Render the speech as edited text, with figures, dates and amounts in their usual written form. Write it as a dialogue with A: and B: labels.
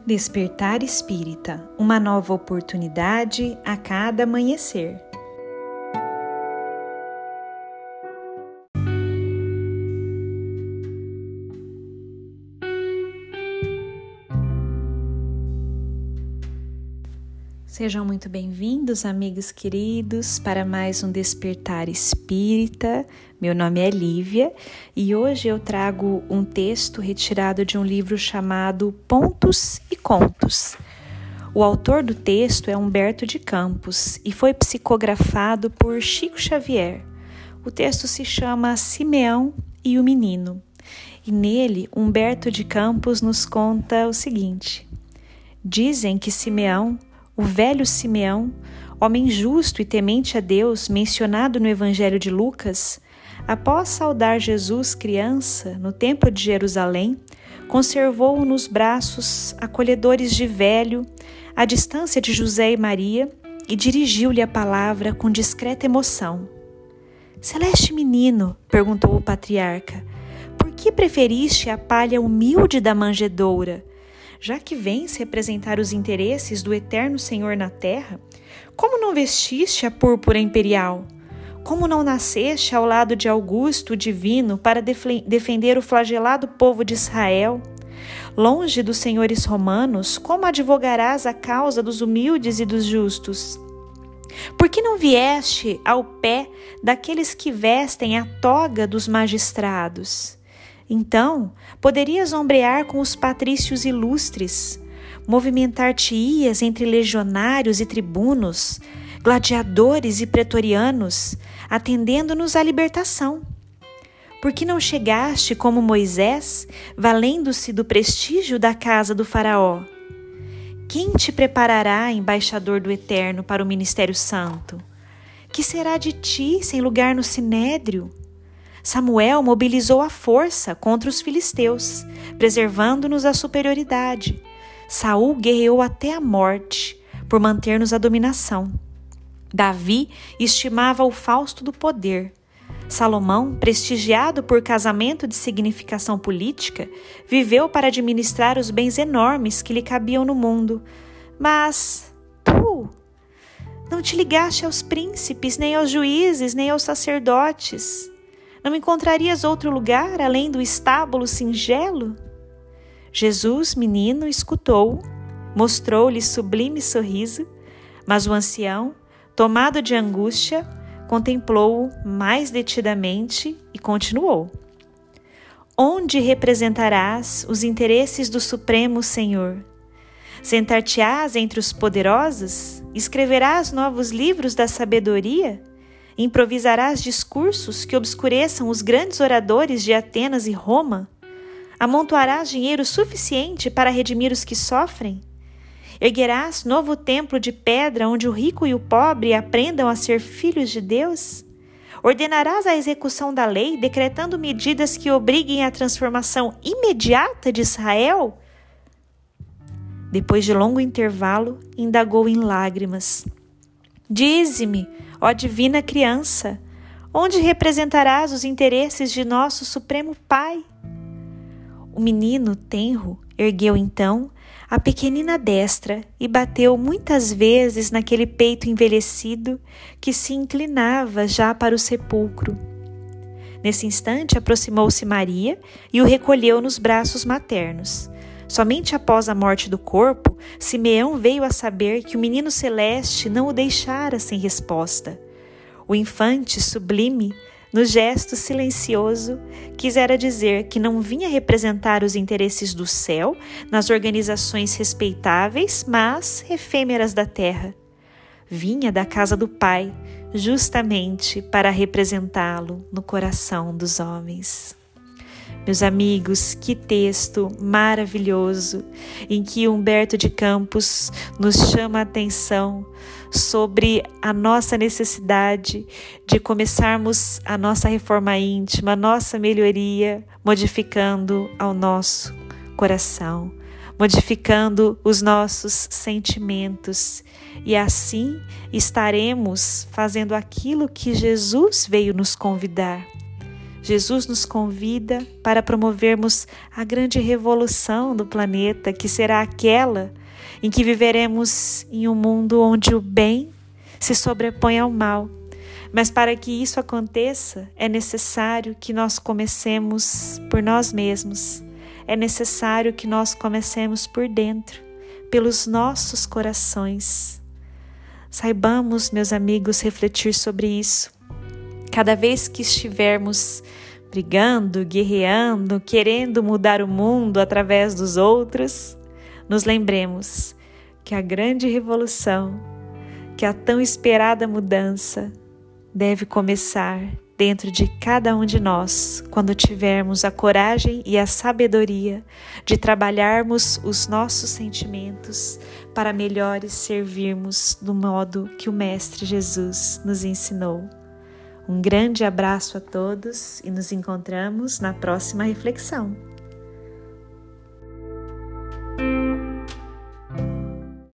A: Despertar Espírita, uma nova oportunidade a cada amanhecer. Sejam muito bem-vindos, amigos queridos, para mais um Despertar Espírita. Meu nome é Lívia e hoje eu trago um texto retirado de um livro chamado Pontos e Contos. O autor do texto é Humberto de Campos e foi psicografado por Chico Xavier. O texto se chama Simeão e o Menino. E nele, Humberto de Campos nos conta o seguinte: dizem que Simeão, o velho Simeão, homem justo e temente a Deus, mencionado no Evangelho de Lucas, após saudar Jesus criança no Templo de Jerusalém, conservou-o nos braços acolhedores de velho, à distância de José e Maria, e dirigiu-lhe a palavra com discreta emoção. "Celeste menino", perguntou o patriarca, "por que preferiste a palha humilde da manjedoura? Já que vens representar os interesses do eterno Senhor na terra, como não vestiste a púrpura imperial? Como não nasceste ao lado de Augusto, o divino, para defender o flagelado povo de Israel? Longe dos senhores romanos, como advogarás a causa dos humildes e dos justos? Por que não vieste ao pé daqueles que vestem a toga dos magistrados? Então, poderias ombrear com os patrícios ilustres, movimentar-te-ias entre legionários e tribunos, gladiadores e pretorianos, atendendo-nos à libertação. Por que não chegaste como Moisés, valendo-se do prestígio da casa do faraó? Quem te preparará, embaixador do Eterno, para o ministério santo? Que será de ti sem lugar no sinédrio? Samuel mobilizou a força contra os filisteus, preservando-nos a superioridade. Saul guerreou até a morte, por manter-nos a dominação. Davi estimava o Fausto do poder. Salomão, prestigiado por casamento de significação política, viveu para administrar os bens enormes que lhe cabiam no mundo. Mas tu não te ligaste aos príncipes, nem aos juízes, nem aos sacerdotes. Não encontrarias outro lugar além do estábulo singelo? Jesus, menino, escutou, mostrou-lhe sublime sorriso, mas o ancião, tomado de angústia, contemplou-o mais detidamente e continuou: Onde representarás os interesses do Supremo Senhor? Sentar-te-ás entre os poderosos? Escreverás novos livros da sabedoria? Improvisarás discursos que obscureçam os grandes oradores de Atenas e Roma? Amontoarás dinheiro suficiente para redimir os que sofrem? Erguerás novo templo de pedra onde o rico e o pobre aprendam a ser filhos de Deus? Ordenarás a execução da lei, decretando medidas que obriguem à transformação imediata de Israel? Depois de longo intervalo, indagou em lágrimas: Dize-me, ó divina criança, onde representarás os interesses de nosso Supremo Pai? O menino tenro ergueu então a pequenina destra e bateu muitas vezes naquele peito envelhecido que se inclinava já para o sepulcro. Nesse instante aproximou-se Maria e o recolheu nos braços maternos. Somente após a morte do corpo, Simeão veio a saber que o menino celeste não o deixara sem resposta. O infante sublime, no gesto silencioso, quisera dizer que não vinha representar os interesses do céu nas organizações respeitáveis, mas efêmeras da terra. Vinha da casa do Pai, justamente para representá-lo no coração dos homens. Meus amigos, que texto maravilhoso em que Humberto de Campos nos chama a atenção sobre a nossa necessidade de começarmos a nossa reforma íntima, a nossa melhoria, modificando ao nosso coração, modificando os nossos sentimentos, e assim estaremos fazendo aquilo que Jesus veio nos convidar. Jesus nos convida para promovermos a grande revolução do planeta, que será aquela em que viveremos em um mundo onde o bem se sobrepõe ao mal. Mas para que isso aconteça, é necessário que nós comecemos por nós mesmos. É necessário que nós comecemos por dentro, pelos nossos corações. Saibamos, meus amigos, refletir sobre isso. Cada vez que estivermos brigando, guerreando, querendo mudar o mundo através dos outros, nos lembremos que a grande revolução, que a tão esperada mudança deve começar dentro de cada um de nós, quando tivermos a coragem e a sabedoria de trabalharmos os nossos sentimentos para melhores servirmos do modo que o Mestre Jesus nos ensinou. Um grande abraço a todos e nos encontramos na próxima reflexão.